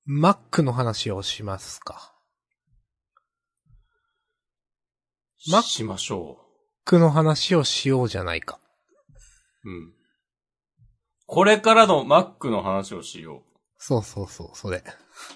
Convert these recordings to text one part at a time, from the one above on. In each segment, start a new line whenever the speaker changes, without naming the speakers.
Mac の話をしますか。
しましょ
Mac の話をしようじゃないか。
う。うん。これからの Mac の話をしよう。
そうそうそう、それ。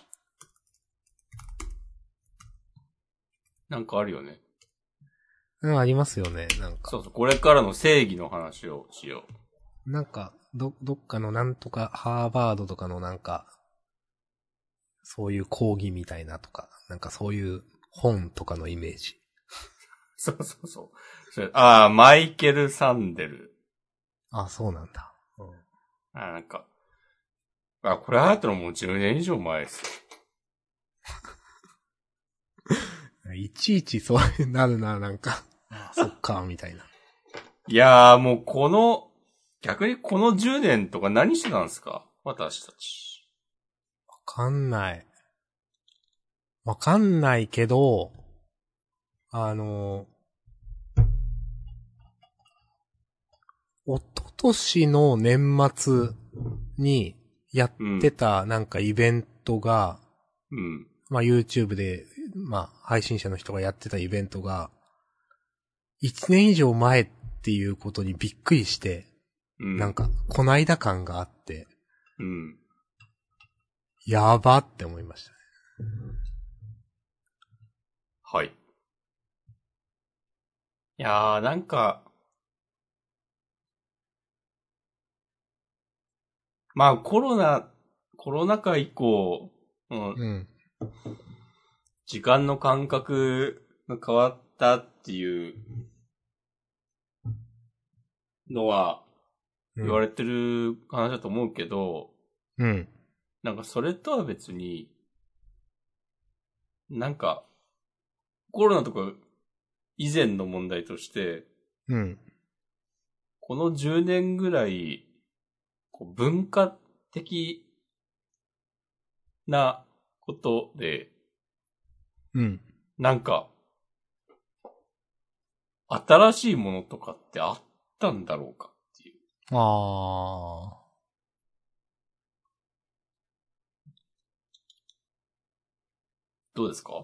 なんかあるよね。
ありますよね、なんか。
そうそう、これからの正義の話をしよ
なんか、どっかのなんとか、ハーバードとかのなんか、そういう講義みたいなとか、なんかそういう本とかのイメージ。
う。そうそうそう。マイケル・サンデル。
あ、そうなんだ。
なんか。これ流行ったのもう10年以上前ですよ。
いちいちそうなるな、なんか。そっか、みたいな。
いやーもう逆にこの10年とか何してたんですか私たち。
わかんない。わかんないけど、一昨年の年末にやってたなんかイベントが、
うん。
まあ YouTube で、まあ配信者の人がやってたイベントが、1年以上前っていうことにびっくりして、
うん。
なんか、こないだ感があって、
うん。
やばって思いましたね。
はい。いやーなんか、まあコロナ禍以降、
うん。
時間の感覚が変わったっていうのは言われてる話だと思うけど、
うん。
なんかそれとは別に、なんかコロナとか以前の問題として、
うん。
この10年ぐらい、文化的なことで、
うん。
なんか、新しいものとかってあったんだろうかっていう。
あー。
どうですか？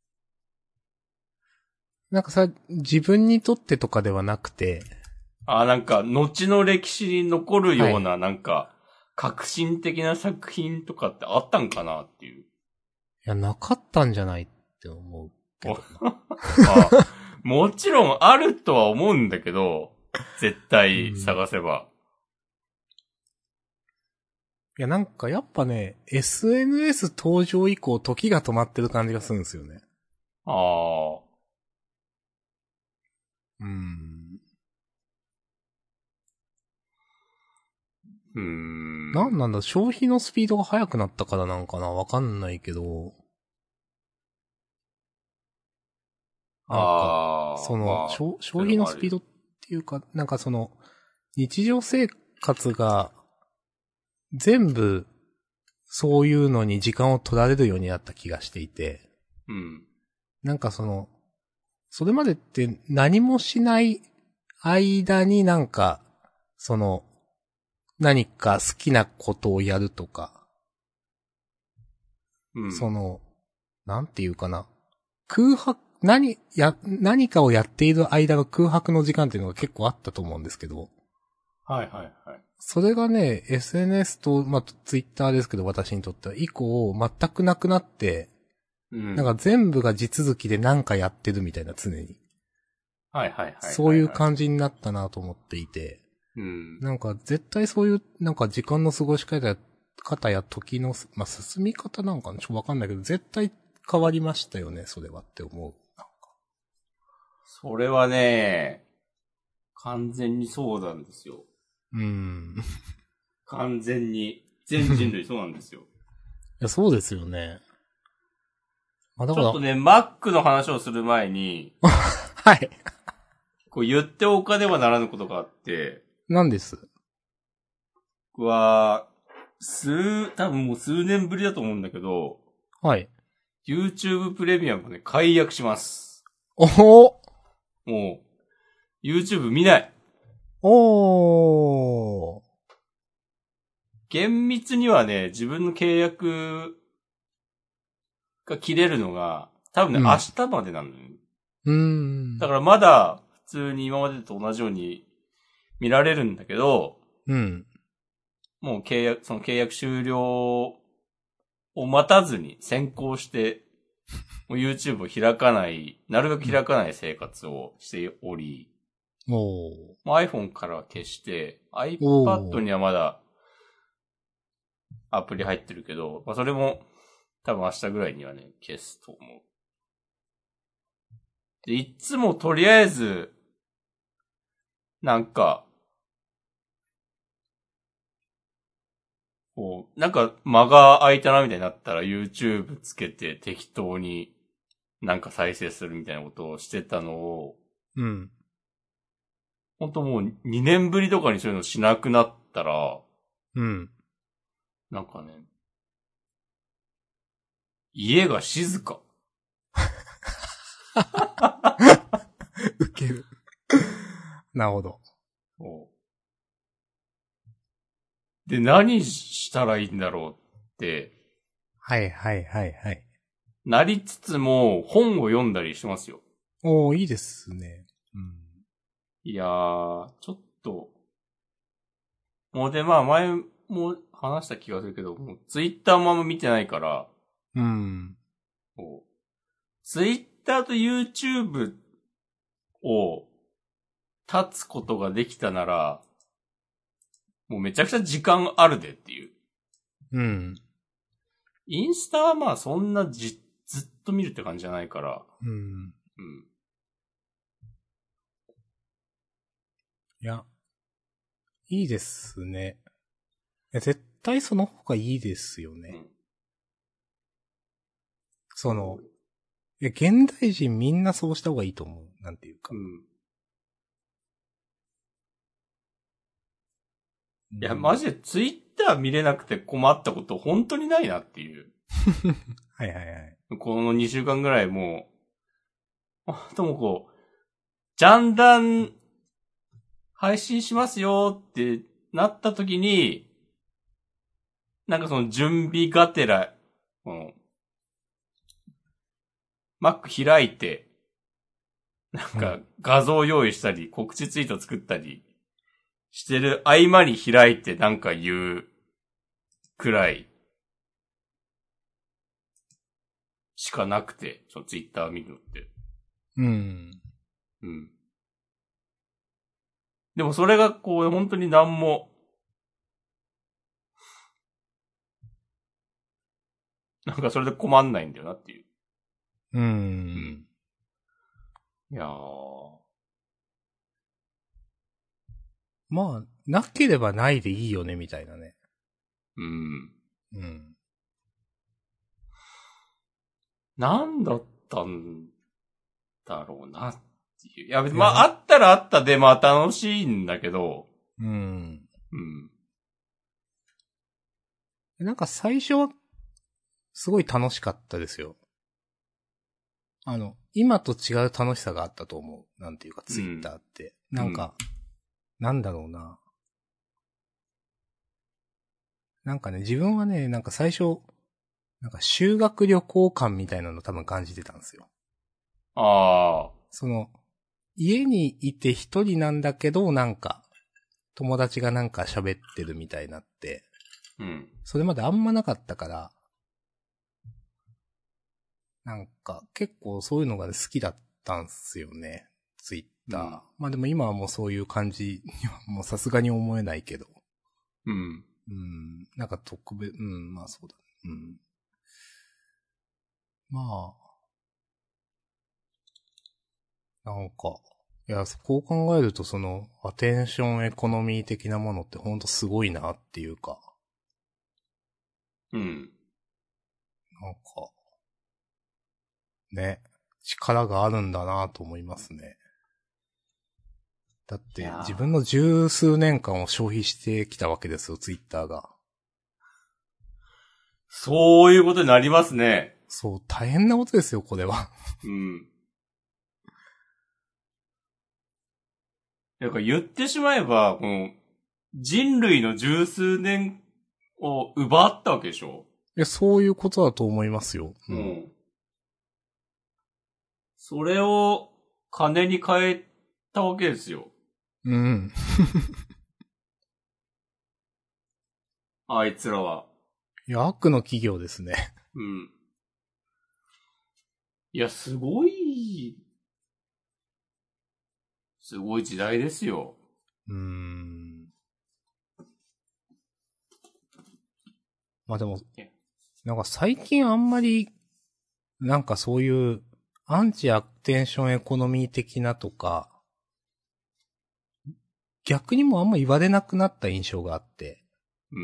なんかさ、自分にとってとかではなくて、
なんか、後の歴史に残るような、
はい。
なんか、革新的な作品とかってあったんかなっていう。
いや、なかったんじゃないって思うけどな。
まあ、もちろんあるとは思うんだけど、絶対
うん。
探せば。
いや、なんかやっぱね、SNS 登場以降時が止まってる感じがするんですよね。
ああ、
うん。
うーん。
なんなんだ、消費のスピードが速くなったからなんかなわかんないけど、なんか、その、
まあ、そういう
消費
のもあるよ。
のスピードっていうか、なんかその、日常生活が全部そういうのに時間を取られるようになった気がしていて、
うん。
なんかその、それまでって何もしない間になんか、その、何か好きなことをやるとか、
うん。
その、なんていうかな。何かをやっている間の空白の時間っていうのが結構あったと思うんですけど、
はいはいはい。
それがね、SNS と、まあ、Twitter ですけど、私にとっては以降、全くなくなって、
うん。
なんか全部が地続きで何かやってるみたいな常に。
はいはいはい
そういう
はいはい。
感じになったなと思っていて、
うん。
なんか絶対そういう、なんか時間の過ごし方や時の、まあ、進み方なんかちょっとわかんないけど、絶対変わりましたよね、それはって思う。
それはね、完全にそうなんですよ。
い
完全に。全人類そうなんですよ。
や、そうですよね。まあ、だから、
ちょっとね、Mac の話をする前に、
はい。
言っておかねばならぬことがあって、
なんです。
僕は、多分もう数年ぶりだと思うんだけど、
はい。
YouTube プレミアムをね、解約します。
おほ
もう、YouTube 見ない。
おー。
厳密にはね、自分の契約が切れるのが、多分ね、
うん
明日までなのよ。だ
か
からまだ、普通に今までと同じように見られるんだけど、
うん。
もうその契約終了を待たずに先行して、もう YouTube を開かない、なるべく開かない生活をしており、iPhone からは消して、iPad にはまだアプリ入ってるけど、まあそれも多分明日ぐらいにはね、消すと思う。で、いつもとりあえず、なんか、こう、なんか間が空いたなみたいになったら YouTube つけて適当になんか再生するみたいなことをしてたのを、
うん。
ほんともう2年ぶりとかにそういうのしなくなったら、
うん。
なんかね、家が静か。
ウケる。なるほど。
で、何したらいいんだろうって、
はいはいはいはい。
なりつつも本を読んだりしてますよ。
いいですね。うん。
いやー、ちょっと、もうで、まあ前も話した気がするけど、もうツイッターもあんま見てないから、
うん。
ツイッターと YouTube を立つことができたなら、もうめちゃくちゃ時間あるでっていう。
うん。
インスタはまあそんなずっと見るって感じじゃないから。
うん。
うん。
いや、いいですね。いや、絶対その方がいいですよね。
うん、
その、現代人みんなそうした方がいいと思う。なんていうか。
うん。いや、マジでツイッター見れなくて困ったこと本当にないなっていう。
はいはいはい。
この2週間ぐらいもう、ともこう、ジャンダン配信しますよってなった時に、なんかその準備がてら、Mac 開いて、なんか画像用意したり、告知ツイート作ったりしてる合間に開いてなんか言うくらいしかなくて、そのツイッター見るのって。
うん。
うん。でもそれがこう本当になんも、なんかそれで困んないんだよなっていう。
うん。
いやー。
まあ、なければないでいいよね、みたいなね。
うん。
うん。
なんだったんだろうなっていう。いや、まあ、あったらあったで、まあ楽しいんだけど。
うん。
うん。
なんか最初は、すごい楽しかったですよ。今と違う楽しさがあったと思う。なんていうか、ツイッターって。なんか、なんだろうな。なんかね、自分はね、なんか最初、なんか修学旅行感みたいなの多分感じてたんですよ。
ああ。
その、家にいて一人なんだけど、なんか、友達がなんか喋ってるみたいになって、
うん。
それまであんまなかったから、なんか結構そういうのが、ね、好きだったんすよね。ツイッター。まあでも今はもうそういう感じにはもうさすがに思えないけど。
うん。
なんか特別、まあそうだ。まあ、なんか、いや、こう考えるとその、アテンションエコノミー的なものってほんとすごいなっていうか。
うん。
なんか、ね、力があるんだなと思いますね。だって自分の十数年間を消費してきたわけですよ、ツイッターが。
そういうことになりますね。
そう、大変なことですよ、これは。
うん。なんか言ってしまえば、この、人類の十数年を奪ったわけでしょ？
いや、そういうことだと思いますよ。
うん。 それを金に変えたわけですよ。
うん。
あいつらは。
いや、悪の企業ですね。
うん。いや、すごい時代ですよ。
まあでも、なんか最近あんまり、なんかそういうアンチアテンションエコノミー的なとか、逆にもうあんま言われなくなった印象があって、
うん。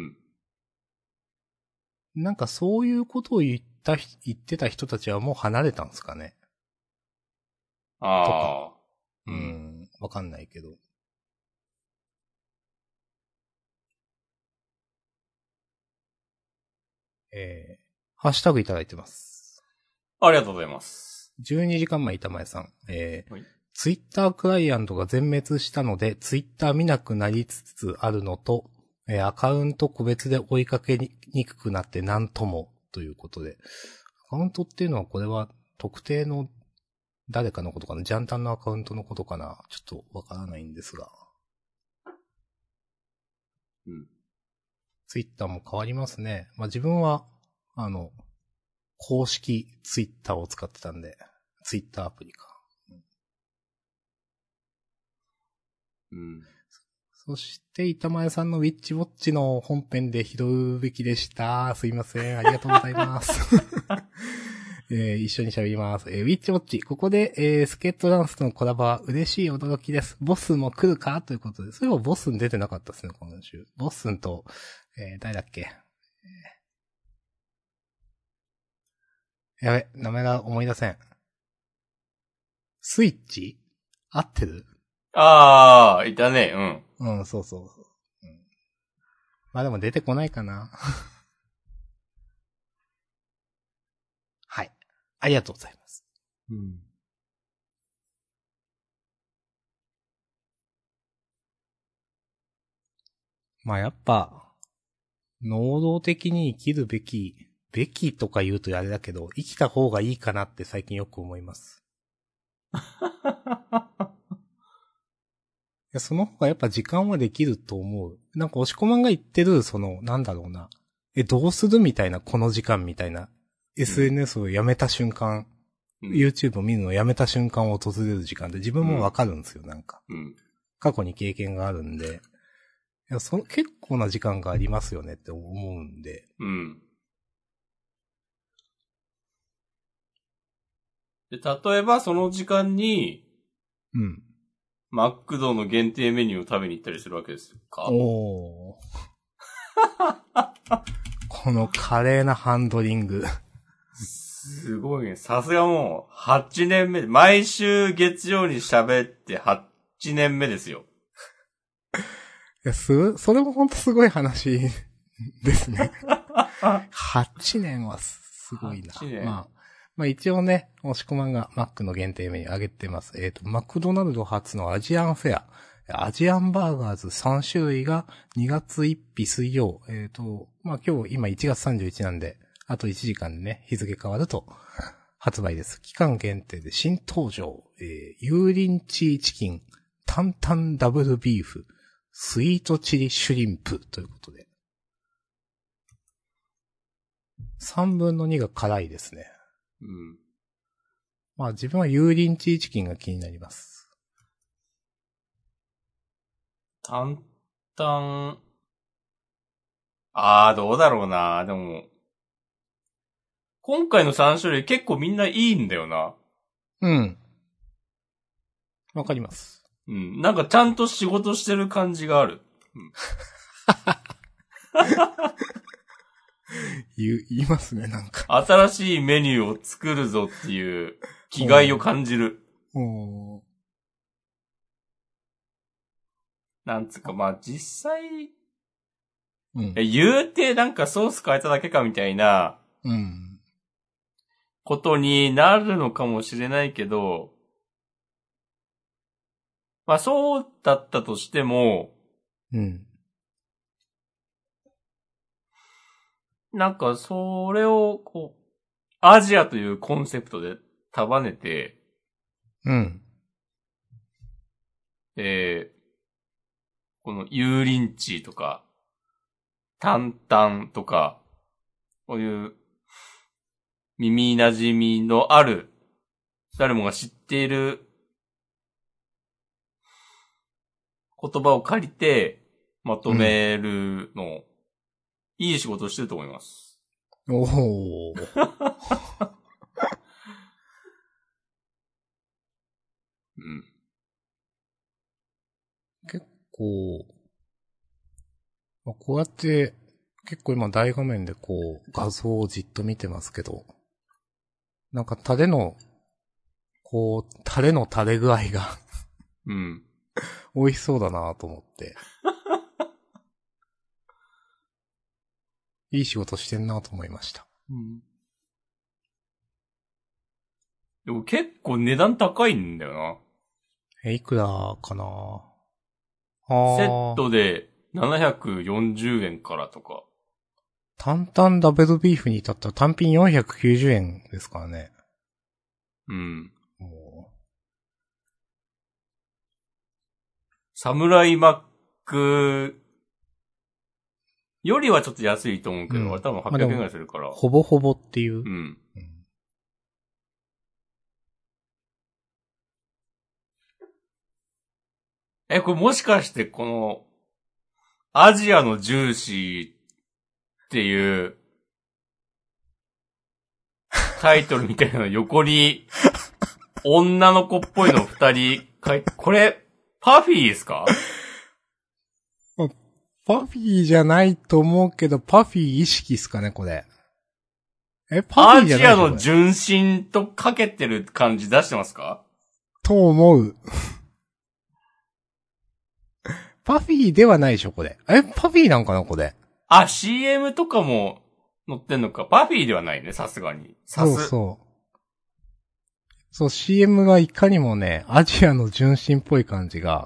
なんかそういうことを言ってた人たちはもう離れたんですかね。とか。
ああ。うん。
わかんないけど。ハッシュタグいただいてます。
ありがとうございます。
12時間前、板前さん。
はい、
ツイッタークライアントが全滅したので、ツイッター見なくなりつつあるのと、アカウント個別で追いかけにくくなってなんとも、ということで。アカウントっていうのはこれは特定の誰かのことかな、ジャンタンのアカウントのことかな、ちょっとわからないんですが。
うん。
ツイッターも変わりますね。まあ、自分は、公式ツイッターを使ってたんで、ツイッターアプリか。
うん。
そして、板前さんのウィッチウォッチの本編で拾うべきでした。すいません。ありがとうございます。一緒に喋ります。ウィッチウォッチ。ここで、スケートダンスとのコラボは嬉しい驚きです。ボスも来るかということで。そういえばボスン出てなかったですね、今週。ボスンと、誰だっけ。やべ、名前が思い出せん。スイッチ合ってる？
ああ、いたね。うん。
うん、そうそうそう。うん、まあでも出てこないかな。はい。ありがとうございます。
うん。
まあやっぱ、能動的に生きるべきとか言うとあれだけど、生きた方がいいかなって最近よく思います。いや、その方がやっぱ時間はできると思う。なんか押し込まんが言ってる、なんだろうな。どうするみたいな、この時間みたいな。SNS をやめた瞬間、
うん、
YouTube を見るのをやめた瞬間を訪れる時間で自分もわかるんですよ、なんか。
うん。
過去に経験があるんで。いや、結構な時間がありますよねって思うんで。
うん。で、例えばその時間に、
うん。
マックドの限定メニューを食べに行ったりするわけですか？
おー。この華麗なハンドリング。
すごいね。さすがもう、8年目。毎週月曜に喋って8年目ですよ。
いや、それもほんとすごい話ですね。8年はすごいな。
8年。
まあ一応ね、押し込まんがマックの限定メニュー上げてます。マクドナルド初のアジアンフェア。アジアンバーガーズ3種類が2月1日水曜。まあ今日今1月31日なんで、あと1時間でね、日付変わると発売です。期間限定で新登場。油淋鶏チキン、タンタンダブルビーフ、スイートチリシュリンプということで。3分の2が辛いですね。
うん。
まあ自分は油淋鶏チキンが気になります。
タンタン、どうだろうな。でも、今回の3種類結構みんないいんだよな。
うん。わかります。
うん。なんかちゃんと仕事してる感じがある。うん、
言いますね、なんか。
新しいメニューを作るぞっていう気概を感じる。なんつうか、まあ実際、
うん、
言うてなんかソース変えただけかみたいな、
うん。
ことになるのかもしれないけど、まあそうだったとしても、
うん。
なんかそれをこう、アジアというコンセプトで束ねて、
うん。
この油淋鶏とか、担々とか、こういう耳馴染みのある、誰もが知っている言葉を借りてまとめるの、いい仕事をしてると思います。
おお。
うん。
結構、こうやって、結構今大画面でこう画像をじっと見てますけど、なんかタレの垂れ具合が
うん。
美味しそうだなと思って。いい仕事してんなと思いました。
うん。でも結構値段高いんだよな。
いくらかな
セッ
あー。
トで740円からとか。
担々ダブルビーフに至ったら単品490円ですからね。
うん。
も
サムライマックよりはちょっと安いと思うけど、
うん
あれ多分800
まあでも
円ぐらいするから。
ほぼほぼっていう。
うん。これもしかしてこの、アジアのジューシーっていうタイトルみたいなの横に女の子っぽいの二人これ、パフィーですか？
パフィーじゃないと思うけど、パフィー意識っすかね、これ。パフィ
ア
ーじゃないでしょ
ジアの純真とかけてる感じ出してますか？
と思う。パフィーではないでしょ、これ。パフィーなんかな、これ。
あ、CM とかも載ってんのか。パフィーではないね、さすがに。
そうそう。そう、CM がいかにもね、アジアの純真っぽい感じが、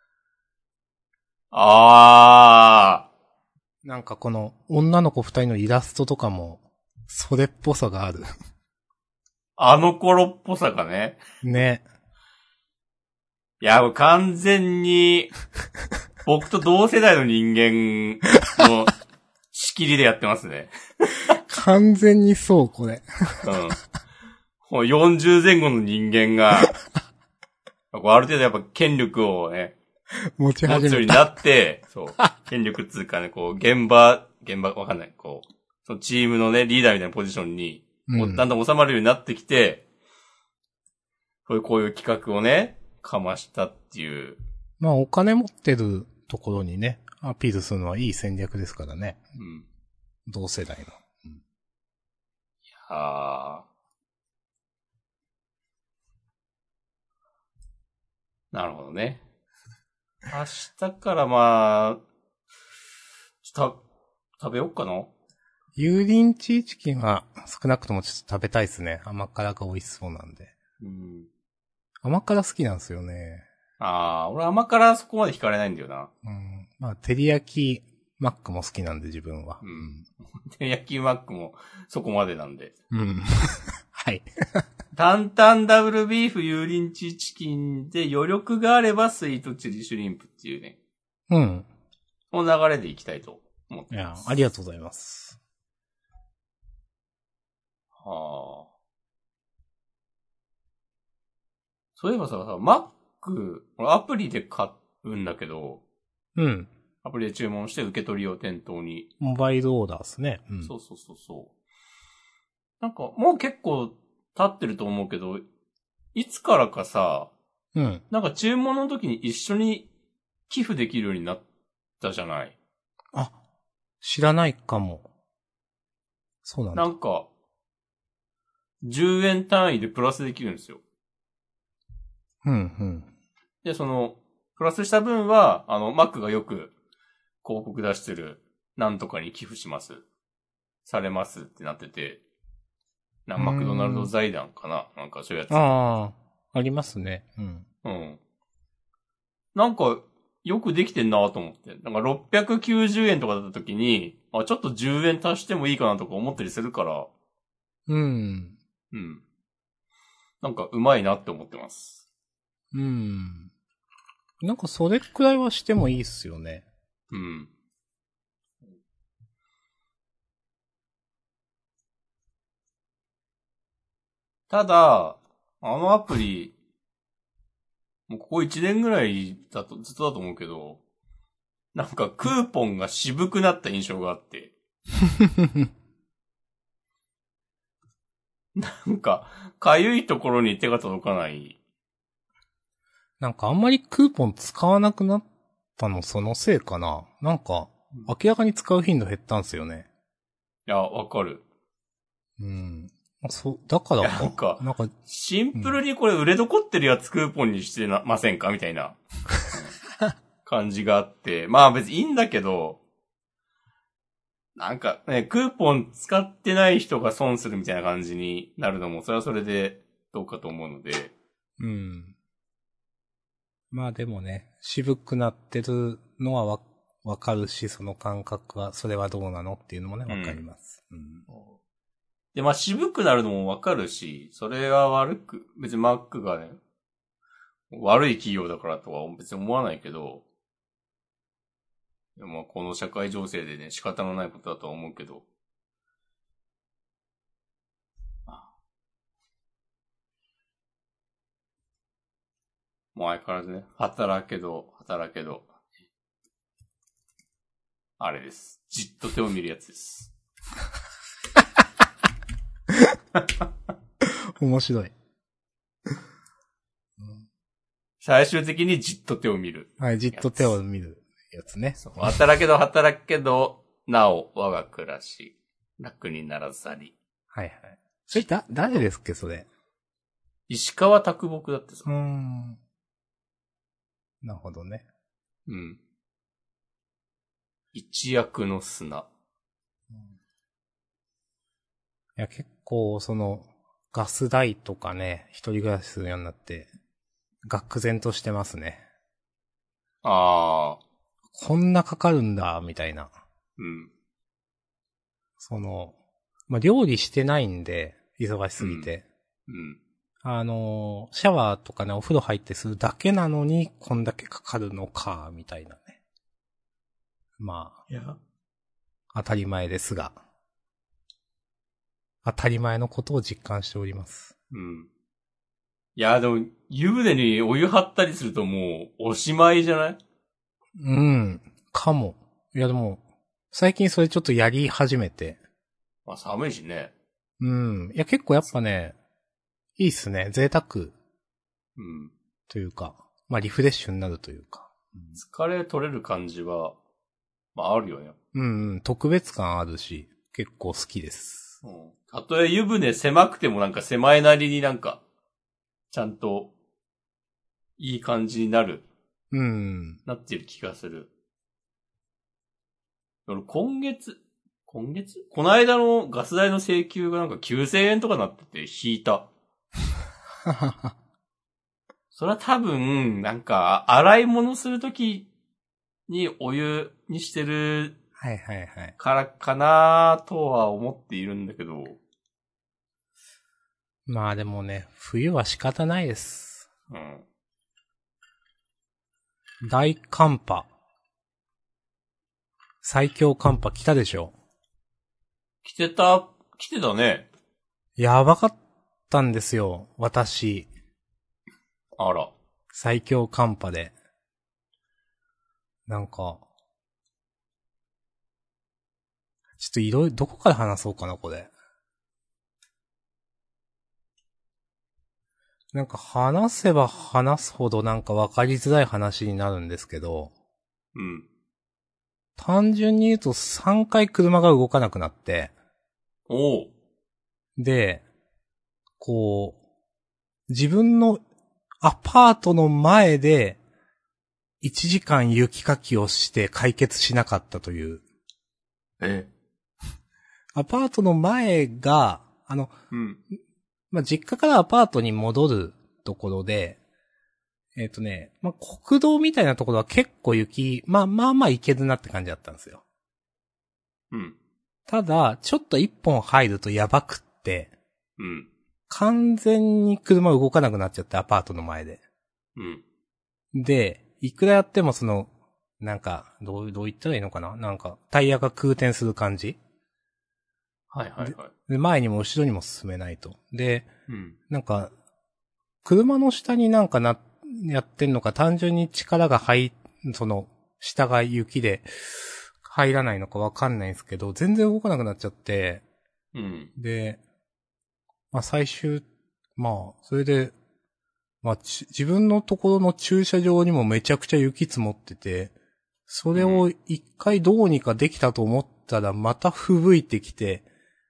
あ
なんかこの女の子二人のイラストとかも、それっぽさがある。
あの頃っぽさがね。
ね。
いや、もう完全に、僕と同世代の人間の仕切りでやってますね。
完全にそう、これ。
うん。もう40前後の人間が、こうある程度やっぱ権力をね、
持ち
持
始めた。
つようになって、そう。権力っつうかね、こう、現場わかんない。こう、そのチームのね、リーダーみたいなポジションに、
うん。
だんだん収まるようになってきて、こういう企画をね、かましたっていう。
まあお金持ってるところにね、アピールするのはいい戦略ですからね。
うん。
同世代の。
ああ。なるほどね。明日からまあ、食べようかな。
油淋鶏チキンは少なくともちょっと食べたいですね。甘辛が美味しそうなんで。
うん。
甘辛好きなんですよね。
ああ、俺甘辛そこまで惹かれないんだよな。
うん。まあ、照り焼きマックも好きなんで自分は。
うん。照り焼きマックもそこまでなんで。
うん。はい。
担々ダブルビーフ油淋鶏チキンで余力があればスイートチリシュリンプっていうね。
うん。
この流れでいきたいと思って
いや
ま、す。
ありがとうございます。
はあ。そういえばさ、マック、俺アプリで買うんだけど、
うん。
アプリで注文して受け取りを店頭に。
モバイルオーダーですね。うん。
そうそうそうそう。なんか、もう結構経ってると思うけど、いつからかさ、
うん。
なんか注文の時に一緒に寄付できるようになったじゃない。
あ、知らないかも。そうなんだ。
なんか、10円単位でプラスできるんですよ。
うん、うん。
で、プラスした分は、マックがよく広告出してる、なんとかに寄付します。されますってなってて、マクドナルド財団かななんかそういうやつ。
ああ、ありますね。うん。
うん。なんか、よくできてんなと思って。なんか690円とかだった時に、ちょっと10円足してもいいかなとか思ったりするから、
うん。
うん。なんか、うまいなって思ってます。
うん。なんかそれくらいはしてもいいっすよね。
うん。ただ、あのアプリ、もうここ1年ぐらいだと、ずっとだと思うけど、なんかクーポンが渋くなった印象があって。なんか、かゆいところに手が届かない。
なんかあんまりクーポン使わなくなったのそのせいかな。なんか、明らかに使う頻度減ったんすよね。
いや、わかる。
うん。だか
いや、
らか。
なんか、
なんか、
シンプルにこれ売れ残ってるやつクーポンにしてませんかみたいな感じがあって。まあ別にいいんだけど、なんかね、クーポン使ってない人が損するみたいな感じになるのも、それはそれでどうかと思うので。
うん。まあでもね、渋くなってるのはわかるし、その感覚は、それはどうなのっていうのもね、わかります。うん。
で、まあ渋くなるのもわかるし、それは別に Mac がね、悪い企業だからとは別に思わないけど、でもこの社会情勢でね、仕方のないことだとは思うけど。もう相変わらずね、働けど、あれです。じっと手を見るやつです。
面白い。
最終的にじっと手を見る。
はい、じっと手を見るやつね。
そう働けど、なお、我が暮らし、楽にならざり。
はいはい。それ誰ですっけ、それ。
石川啄木だってさ。
なるほどね。
うん。一躍の砂。
いや、結構、ガス代とかね、一人暮らしするようになって、愕然としてますね。
ああ。
こんなかかるんだ、みたいな。
うん。
まあ、料理してないんで、忙しすぎて。
うん。
シャワーとかね、お風呂入ってするだけなのに、こんだけかかるのか、みたいなね。まあ。
いや。
当たり前ですが。当たり前のことを実感しております。
うん。いや、でも、湯船にお湯張ったりするともう、おしまいじゃない？
うん。かも。いやでも、最近それちょっとやり始めて。
まあ寒いしね。
うん。いや結構やっぱね、いいっすね。贅沢。
うん。
というか、まあリフレッシュになるというか。
疲れ取れる感じは、まああるよね。
うんうん。特別感あるし、結構好きです。
うん。たとえ湯船狭くてもなんか狭いなりになんか、ちゃんと、いい感じになる。
うん。
なってる気がする。俺この間のガス代の請求がなんか9000円とかなってて引いた。それは多分、なんか、洗い物するときにお湯にしてる
はいはいはい。
からかなとは思っているんだけど。
まあでもね、冬は仕方ないです。
うん。
大寒波。最強寒波来たでしょ。
来てたね。
やばかったんですよ、私。
あら。
最強寒波で。なんか、ちょっといろいろ、どこから話そうかな、これ。なんか話せば話すほどなんか分かりづらい話になるんですけど、
うん。
単純に言うと3回車が動かなくなって、
おう。
で、自分のアパートの前で1時間雪かきをして解決しなかったという。アパートの前が、
うん。
まあ、実家からアパートに戻るところで、まあ、国道みたいなところは結構雪、まあ行けるなって感じだったんですよ。
うん。
ただ、ちょっと一本入るとやばくって、
うん。
完全に車動かなくなっちゃって、アパートの前で。
うん。
で、いくらやってもなんか、どう言ったらいいのかな、なんか、タイヤが空転する感じ
はいはいはい。
で、前にも後ろにも進めないと。で、
うん。
なんか、車の下になんかやってんのか、単純に力が下が雪で入らないのかわかんないんですけど、全然動かなくなっちゃって、
うん。
で、まあそれで、自分のところの駐車場にもめちゃくちゃ雪積もってて、それを一回どうにかできたと思ったらまた吹雪いてきて、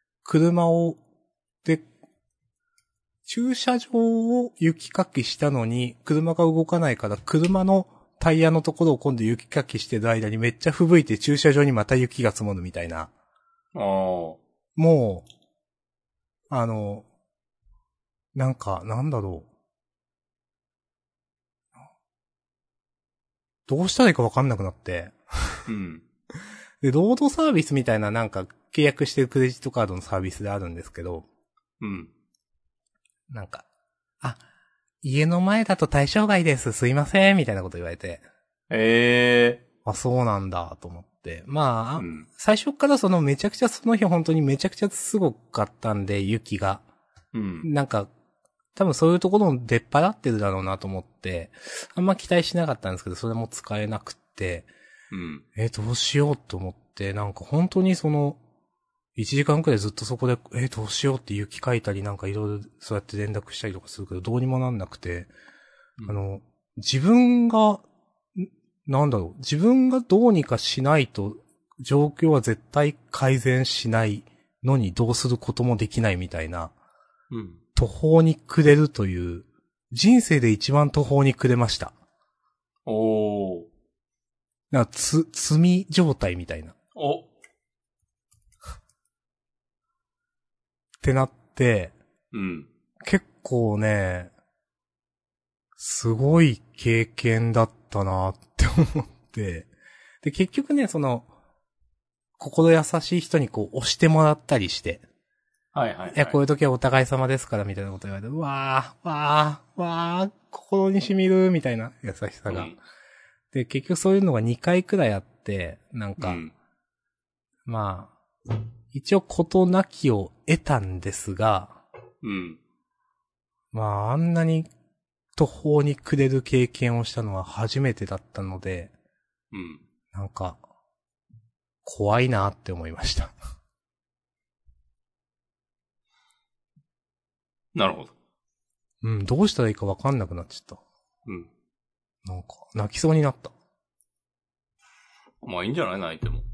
駐車場を雪かきしたのに、車が動かないから、車のタイヤのところを今度雪かきしてる間にめっちゃ吹雪いて駐車場にまた雪が積もるみたいな。
ああ。
もう、なんだろう。どうしたらいいかわかんなくなって。
うん。
で、ロードサービスみたいななんか契約してるクレジットカードのサービスであるんですけど、
うん。
なんか、家の前だと対象外です、すいません、みたいなこと言われて。そうなんだ、と思って。
うん。
最初からめちゃくちゃその日本当にめちゃくちゃすごかったんで、雪が。
うん。
なんか、多分そういうところも出っ払ってるだろうなと思って、あんま期待しなかったんですけど、それも使えなくって、
うん。
どうしようと思って、なんか本当に1時間くらいずっとそこで、どうしようって雪かいたりなんかいろいろそうやって連絡したりとかするけど、どうにもなんなくて、
うん、
自分がどうにかしないと、状況は絶対改善しないのにどうすることもできないみたいな、
うん。
途方に暮れるという、人生で一番途方に暮れました。
おー。
なんか罪状態みたいな。
お。
ってなって、
うん。
結構ね、すごい経験だったなって思って、で、結局ね、心優しい人に押してもらったりして、
はいはい、はい。
いや、こういう時はお互い様ですから、みたいなこと言われて、わー、心に染みる、みたいな優しさが。で、結局そういうのが2回くらいあって、なんか、一応事なきを得たんですが、あんなに途方に暮れる経験をしたのは初めてだったので、なんか、怖いなって思いました。
なるほど。
どうしたらいいかわかんなくなっちゃった。なんか、泣きそうになった。
まあいいんじゃない？泣いても。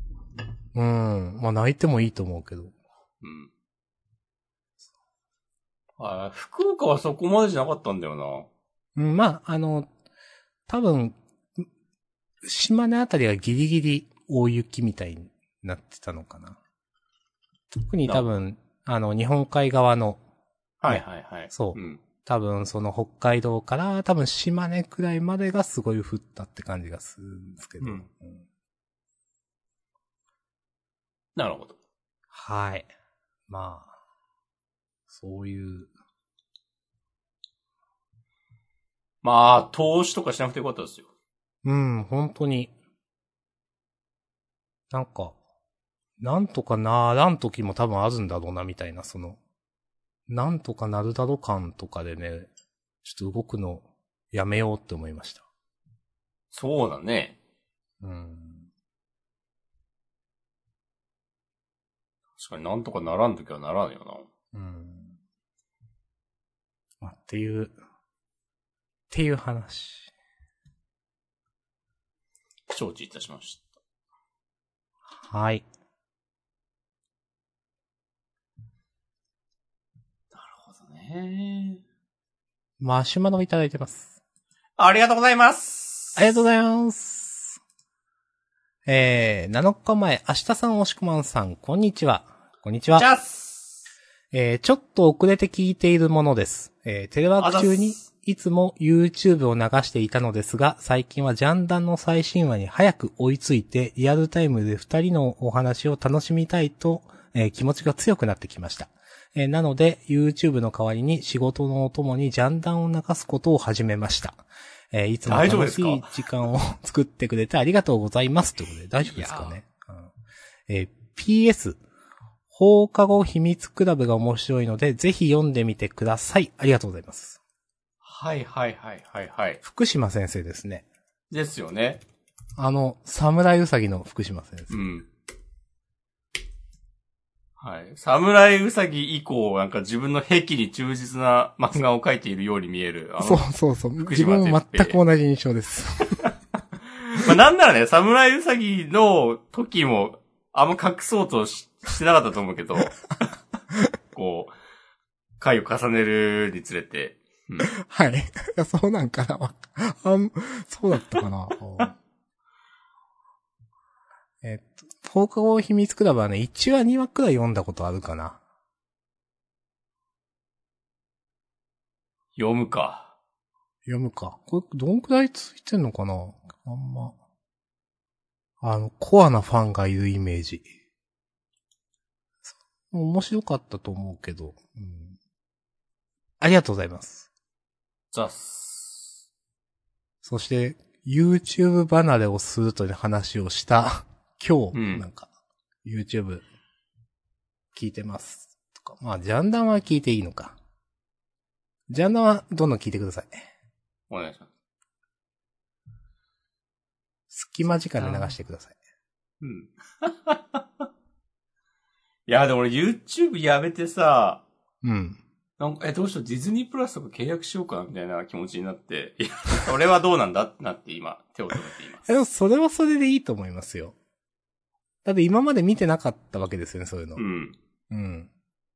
泣いてもいいと思うけど。
福岡はそこまでじゃなかったんだよ
な。多分、島根あたりはギリギリ大雪みたいになってたのかな。特に多分、日本海側の、
はいはいはい。
そう。多分北海道から多分島根くらいまでがすごい降ったって感じがするんですけど。
なるほど。
はい。そういう。
投資とかしなくてよかったですよ。
本当に。なんか、なんとかならん時も多分あるんだろうな、みたいな、なんとかなるだろ感とかでね、ちょっと動くのやめようって思いました。
そうだね。確かになんとかならんときはならんよ
な。っていう話。
承知いたしました。
はい。
なるほどね。
マシュマロいただいてます。
ありがとうございます。
ありがとうございます。7日前、明日さん、おしくまんさん、こんにちは。こんにちは。ちょっと遅れて聞いているものです。テレワーク中にいつも YouTube を流していたのですが、最近はジャンダンの最新話に早く追いついて、リアルタイムで2人のお話を楽しみたいと、気持ちが強くなってきました。 なので、YouTube の代わりに仕事のお供にジャンダンを流すことを始めました。いつも楽しい時間を作ってくれてありがとうございます。ということで、大丈夫ですかね。PS、放課後秘密クラブが面白いので、ぜひ読んでみてください。ありがとうございます。
はいはいはいはいはい。
福島先生ですね。
ですよね。
侍うさぎの福島先生。
うん。はい。侍うさぎ以降、なんか自分の癖に忠実な漫画を描いているように見える。
そう。自分も全く同じ印象です。
まあなんならね、侍うさぎの時も、あんま隠そうとしてなかったと思うけど、こう、回を重ねるにつれて。うん、
はい。いや、そうなんかな。そうだったかな。放課後秘密クラブはね、1話2話くらい読んだことあるかな。
読むか。
これ、どんくらいついてんのかなあんま。コアなファンがいるイメージ。面白かったと思うけど。うん、ありがとうございます。
ざっす。
そして、YouTube 離れをするという話をした今日、なんか、YouTube 聞いてます。とか。まあ、ジャンダンは聞いていいのか。ジャンダンはどんどん聞いてください。
お願いします。
隙間時間で流してください。
うん。いや、でも俺 YouTube やめてさ、
うん。
なんか、どうしよう、ディズニープラスとか契約しようかなみたいな気持ちになって、いや、それはどうなんだってなって今、手を止めています。
でもそれはそれでいいと思いますよ。だって今まで見てなかったわけですよね、そういうの。
うん。
うん。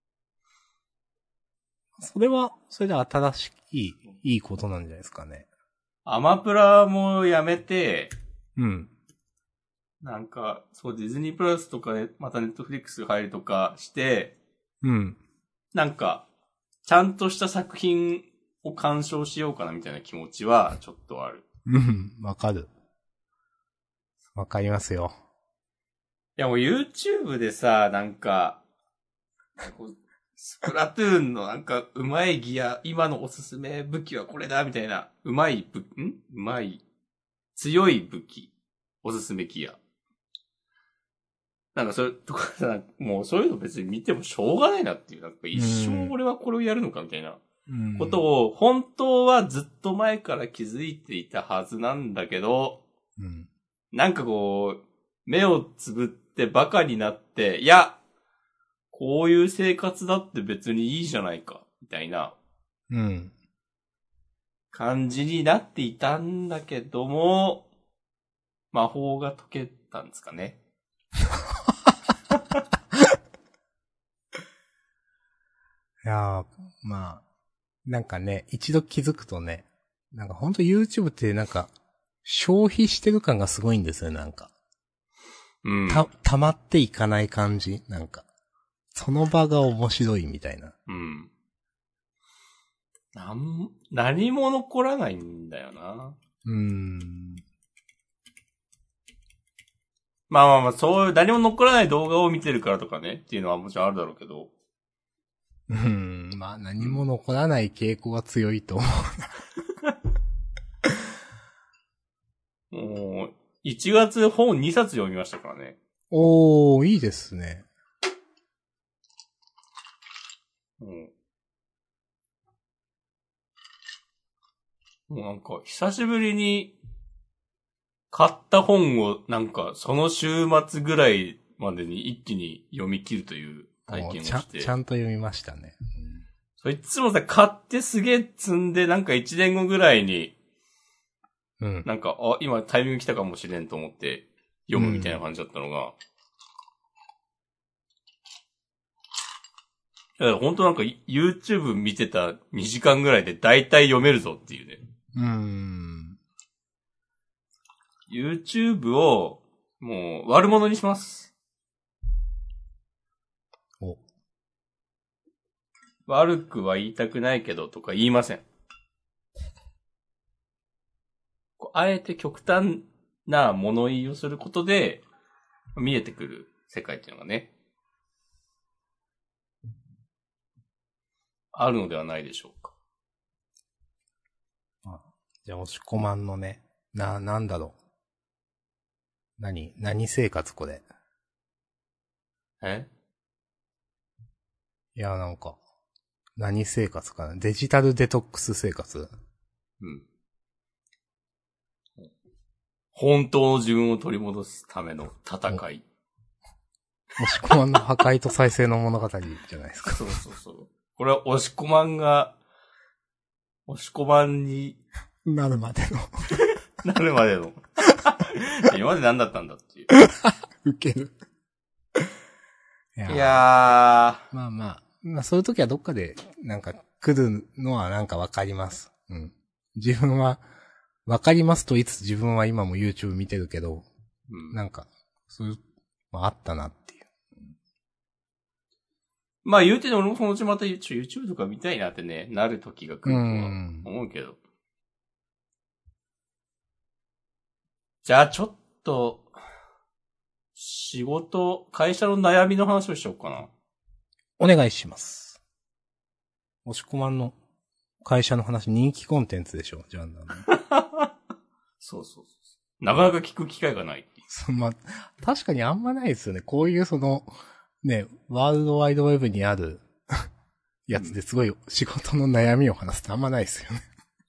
それは、それで新しい、いいことなんじゃないですかね。
アマプラもやめて、
うん。
なんか、そう、ディズニープラスとかで、またネットフリックス入るとかして、
うん。
なんか、ちゃんとした作品を鑑賞しようかなみたいな気持ちは、ちょっとある。
うん、わかる。わかりますよ。
いやもう YouTube でさ、なんか、スプラトゥーンのなんか、うまいギア、今のおすすめ武器はこれだ、みたいな、うまい、強い武器、おすすめギア。なんかそれとかさ、もうそういうの別に見てもしょうがないなっていう、なんか一生俺はこれをやるのかみたいなことを、本当はずっと前から気づいていたはずなんだけど、
うん、
なんかこう、目をつぶってバカになって、いや、こういう生活だって別にいいじゃないか、みたいな、感じになっていたんだけども、魔法が解けたんですかね。
いやー、まあ、なんかね、一度気づくとね、なんかほんと YouTube ってなんか、消費してる感がすごいんですよ、なんか。
うん。
溜まっていかない感じなんか。その場が面白いみたいな。
うん。何も残らないんだよな。まあ、そういう何も残らない動画を見てるからとかね、っていうのはもちろんあるだろうけど。
まあ何も残らない傾向が強いと思
う。もう、1月本2冊読みましたからね。
おー、いいですね。
もうなんか、久しぶりに、買った本をなんか、その週末ぐらいまでに一気に読み切るという体験をして。
ちゃんと読みましたね。
そいつもさ、買ってすげえ積んで、なんか1年後ぐらいに、なんか、今タイミング来たかもしれんと思って読むみたいな感じだったのが、だから本当なんか YouTube 見てた2時間ぐらいで大体読めるぞっていうね。YouTube をもう悪者にします。悪くは言いたくないけどとか言いません。あえて極端な物言いをすることで見えてくる世界っていうのがね。 あるのではないでしょうか。
じゃあ、押し込まんのね、なんだろう。何生活これ。いや、なんか、何生活かな。デジタルデトックス生活。
うん。本当の自分を取り戻すための戦い。
押し込まんの破壊と再生の物語じゃないですか。
そうそうそう。これは押し込まんが、押し込まんに
なるまでの。
なるまでの。今まで何だったんだっていう。
ウケる。い
や
まあまあ、そういう時はどっかで、なんか来るのはなんかわかります。うん。自分は、わかりますと言いつつ自分は今も YouTube 見てるけど、
うん、
なんか、そういう、まああったなっていう。
まあ言うてね、俺もそのうちまた YouTube とか見たいなってね、なる時が来るとは思うけど。じゃあちょっと、会社の悩みの話をしようかな。
お願いします。押し込まんの会社の話、人気コンテンツでしょ、じゃあ。
そうそうそう。なかなか聞く機会がない。
まあ、確かにあんまないですよね。こういうね、ワールドワイドウェブにあるやつですごい仕事の悩みを話すってあんまないですよね。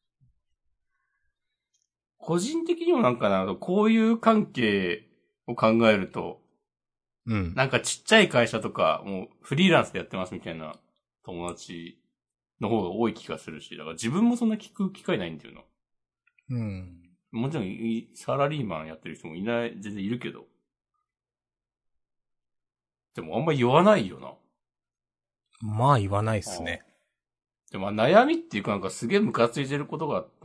個人的にもなんかな、こういう関係を考えると、
うん。
なんかちっちゃい会社とか、もうフリーランスでやってますみたいな友達の方が多い気がするし、だから自分もそんな聞く機会ないんだよな。
うん。
もちろんサラリーマンやってる人も全然いるけど。でもあんま言わないよな。
まあ言わないっすね。
でも悩みっていうかなんかすげえムカついてることがあって、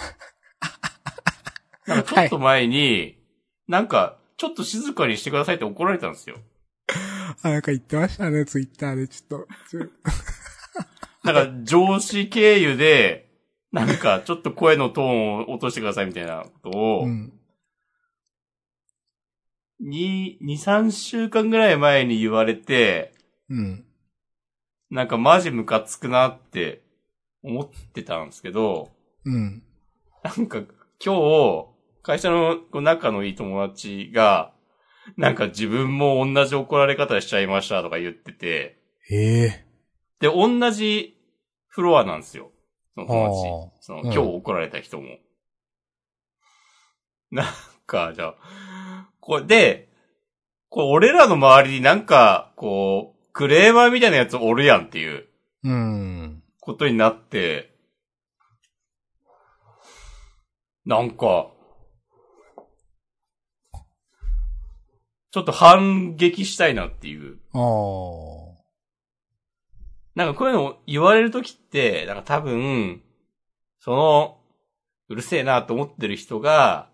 なんかちょっと前に、なんかちょっと静かにしてくださいって怒られたんですよ。
なんか言ってましたね、ツイッターでちょっと。
なんか上司経由で、なんかちょっと声のトーンを落としてくださいみたいなことを、2、3週間ぐらい前に言われて、なんかマジムカつくなって思ってたんですけど、なんか今日、会社の仲のいい友達が、なんか自分も同じ怒られ方しちゃいましたとか言ってて、で、同じフロアなんですよ。その友達。今日怒られた人も。なんか、じゃあ、俺らの周りになんか、クレーマーみたいなやつおるやんっていう、ことになって、なんか、ちょっと反撃したいなっていう。なんかこういうのを言われるときって、なんか多分、うるせえなと思ってる人が、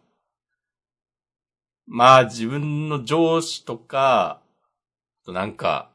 まあ自分の上司とか、なんか、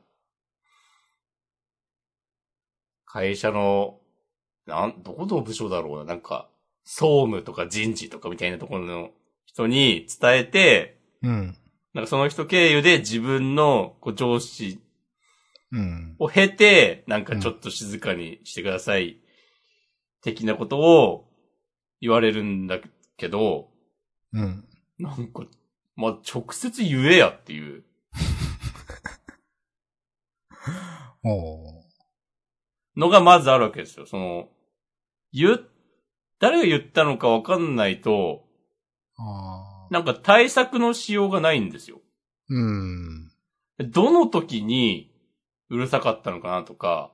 会社の、どこの部署だろうな、なんか、総務とか人事とかみたいなところの人に伝えて、なんかその人経由で自分の上司を経て、なんかちょっと静かにしてください、的なことを言われるんだけど、なんか、まあ、直接言えやっていう。のがまずあるわけですよ。誰が言ったのかわかんないと、なんか対策のしようがないんですよ。どの時にうるさかったのかなとか、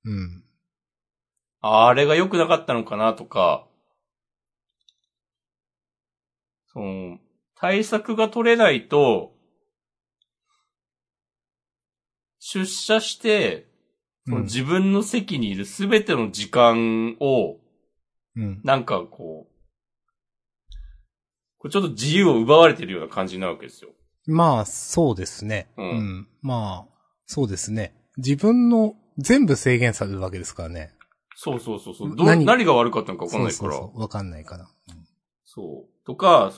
あれが良くなかったのかなとか、対策が取れないと、出社して、自分の席にいるすべての時間を、なんかちょっと自由を奪われてるような感じになるわけですよ。
まあ、そうですね。まあ、そうですね。自分の全部制限されるわけですからね。
そう。何が悪かったのかわかんないから。
わかんないから。
そう。とか、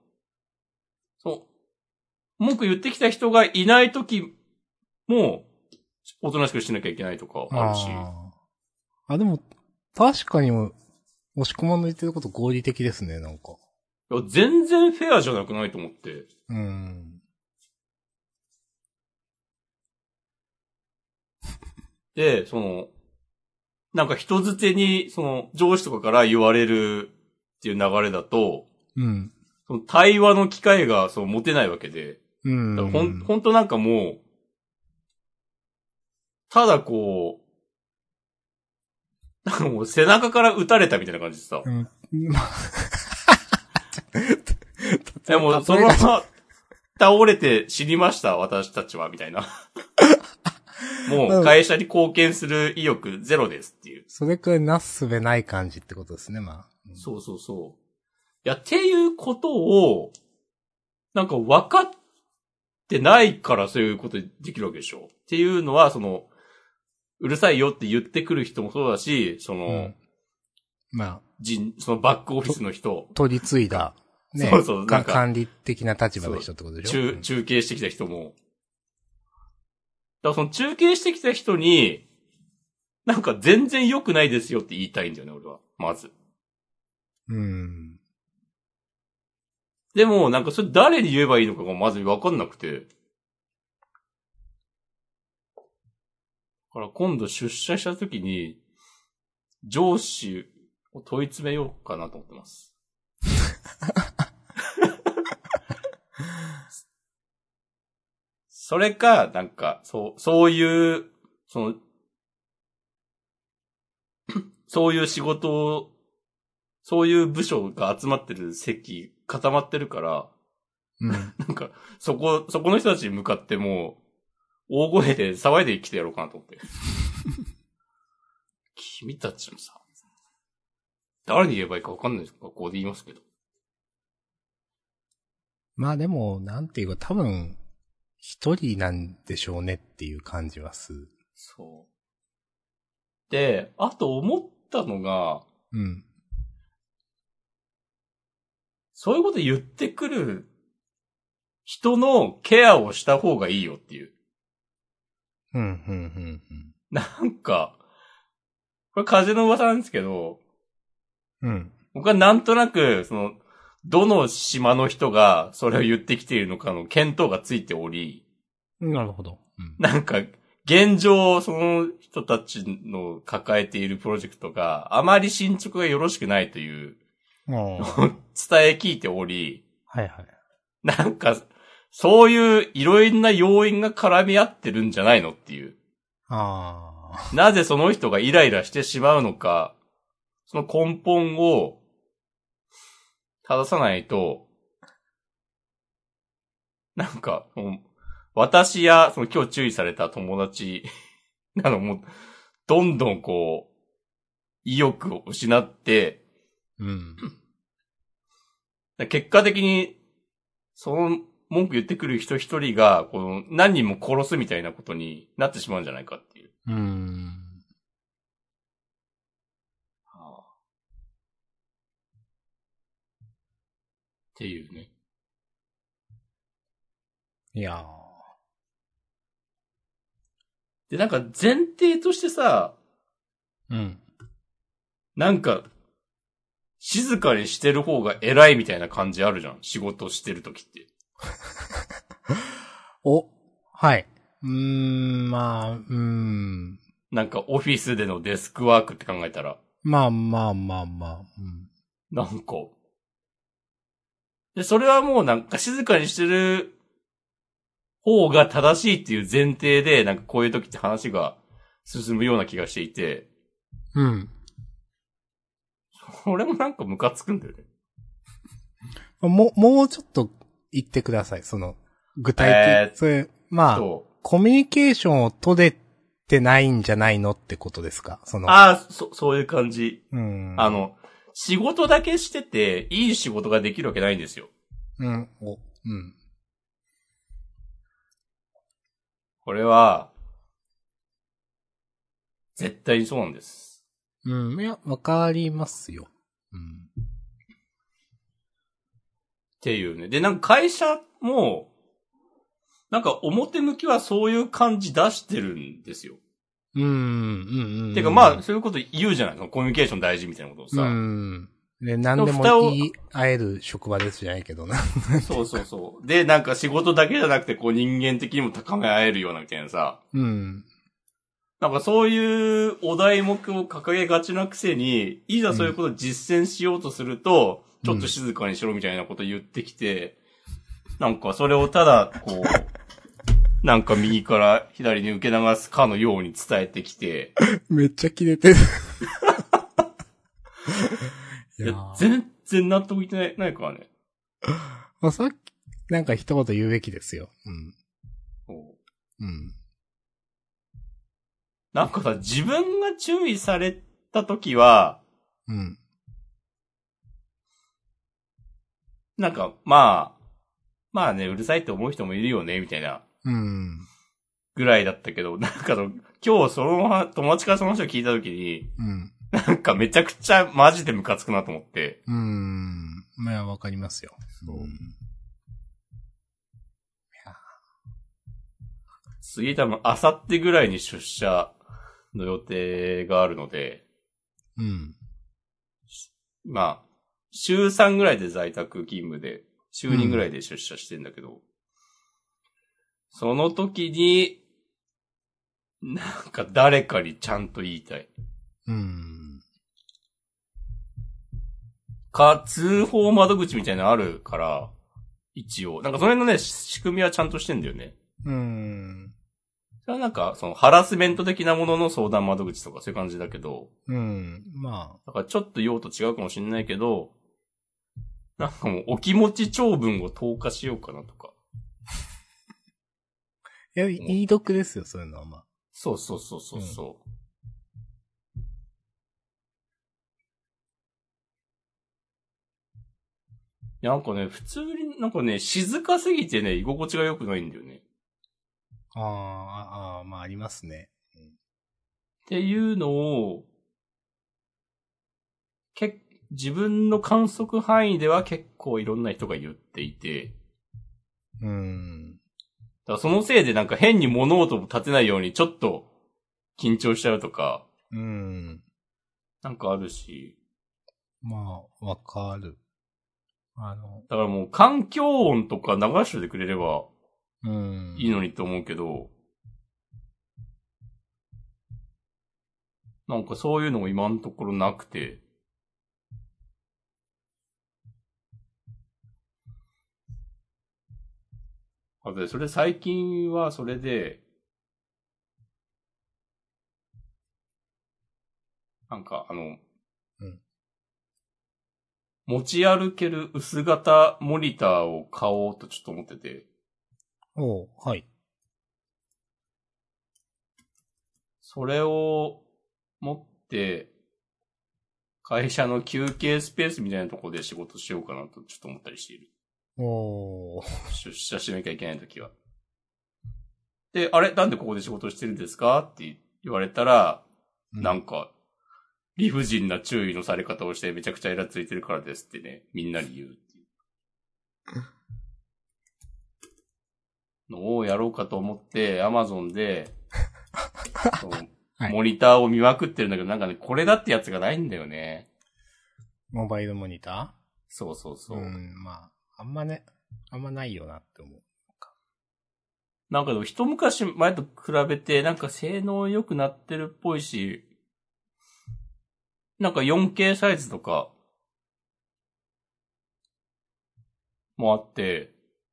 文句言ってきた人がいないときも、おとなしくしなきゃいけないとかあるし。
あ、でも、確かに、押し込まんの言ってること合理的ですね、なんか。
いや、全然フェアじゃなくないと思って。で、なんか人づてに、上司とかから言われるっていう流れだと、その対話の機会が、持てないわけで。だからほんとなんかもう、ただこう、なんかもう背中から撃たれたみたいな感じでさ。でもそのまま倒れて死にました、私たちは、みたいな。もう会社に貢献する意欲ゼロですっていう。
それくらいなすべない感じってことですね、まあ。
そうそうそう。いや、っていうことを、なんか分かってないからそういうことできるわけでしょ。っていうのは、うるさいよって言ってくる人もそうだし、
まあ。
そのバックオフィスの人。
取り継いだ。ね。
そうそう。
なんか管理的な立場の人ってことでしょ。
中継してきた人も。だからその中継してきた人に、なんか全然良くないですよって言いたいんだよね、俺は。まず。でも、なんかそれ誰に言えばいいのかがまずわかんなくて。だから今度出社した時に、上司を問い詰めようかなと思ってます。それか、なんか、そういう、そういう仕事を、そういう部署が集まってる席固まってるから、なんか、そこの人たちに向かってもう、大声で騒いできてやろうかなと思って。君たちもさ、誰に言えばいいか分かんないですか、ここで言いますけど。
まあでも、なんていうか多分、一人なんでしょうねっていう感じはする。
そう。で、あと思ったのが、そういうこと言ってくる人のケアをした方がいいよっていう。なんか、これ風の噂なんですけど、僕はなんとなく、どの島の人がそれを言ってきているのかの見当がついており、
なるほど。
なんか、現状、その人たちの抱えているプロジェクトがあまり進捗がよろしくないという伝え聞いており、なんか、そういういろいろな要因が絡み合ってるんじゃないのっていう。なぜその人がイライラしてしまうのか、その根本を正さないと、なんか、私やその今日注意された友達もう、どんどんこう、意欲を失って、結果的に、その文句言ってくる人一人が、何人も殺すみたいなことになってしまうんじゃないかっていう。っていうね。
いや
で、なんか前提としてさ、なんか、静かにしてる方が偉いみたいな感じあるじゃん。仕事してるときって。
はい。まあ、
なんかオフィスでのデスクワークって考えたら。
まあ。
なんか。で、それはもうなんか静かにしてる方が正しいっていう前提で、なんかこういう時って話が進むような気がしていて。これもなんかムカつくんだよね。
もうちょっと言ってください。具体的、それ、まあ、コミュニケーションを取れてないんじゃないのってことですか？
そういう感じ。仕事だけしてて、いい仕事ができるわけないんですよ。これは、絶対にそうなんです。
いや、わかりますよ。
っていうね。で、なんか会社も、なんか表向きはそういう感じ出してるんですよ。 てかまあ、そういうこと言うじゃないの。コミュニケーション大事みたいなことをさ。
で、何でも言い合える職場ですじゃないけどな。
そうそうそう。で、なんか仕事だけじゃなくて、こう人間的にも高め合えるようなみたいなさ。なんかそういうお題目を掲げがちなくせに、いざそういうことを実践しようとすると、ちょっと静かにしろみたいなこと言ってきて、なんかそれをただ、こう、なんか右から左に受け流すかのように伝えてきて。
めっちゃキレてる。
いや、全然納得いってないからね。
まあ、さっき、なんか一言言うべきですよ。
なんかさ、自分が注意されたときは、なんか、まあね、うるさいって思う人もいるよね、みたいな。ぐらいだったけど、なんか今日友達からその話を聞いたときに、なんかめちゃくちゃマジでムカつくなと思って。
まあ、わかりますよ。
次多分、あさってぐらいに出社の予定があるので、まあ、週3ぐらいで在宅勤務で、週2ぐらいで出社してんだけど、その時に、なんか誰かにちゃんと言いたい。通報窓口みたいなのあるから、一応。なんかその辺のね、仕組みはちゃんとしてんだよね。それはなんか、そのハラスメント的なものの相談窓口とかそういう感じだけど。
まあ。
だからちょっと用途違うかもしれないけど、なんかもうお気持ち長文を投下しようかなとか。
いや、いい読ですよ、そういうのはまあ。
そう。なんかね、普通になんかね、静かすぎてね、居心地が良くないんだよね。
まあありますね。
っていうのを、自分の観測範囲では結構いろんな人が言っていて。だからそのせいでなんか変に物音も立てないようにちょっと緊張しちゃうとか。なんかあるし。
まあ、わかる。
だからもう環境音とか流しててくれればいいのにと思うけど、なんかそういうのも今のところなくて、それ最近はそれで、なんか持ち歩ける薄型モニターを買おうとちょっと思ってて。
はい。
それを持って、会社の休憩スペースみたいなところで仕事しようかなとちょっと思ったりしている。出社しなきゃいけないときは。で、なんでここで仕事してるんですかって言われたら、なんか、理不尽な注意のされ方をしてめちゃくちゃイラついてるからですってね、みんなに言うっていうのをやろうかと思って、Amazon で、モニターを見まくってるんだけど、なんかね、これだってやつがないんだよね。
モバイルモニター？
そう。
まあ、あんまないよなって思う。
なんかでも一昔前と比べて、なんか性能良くなってるっぽいし、なんか 4K サイズとか、もあって、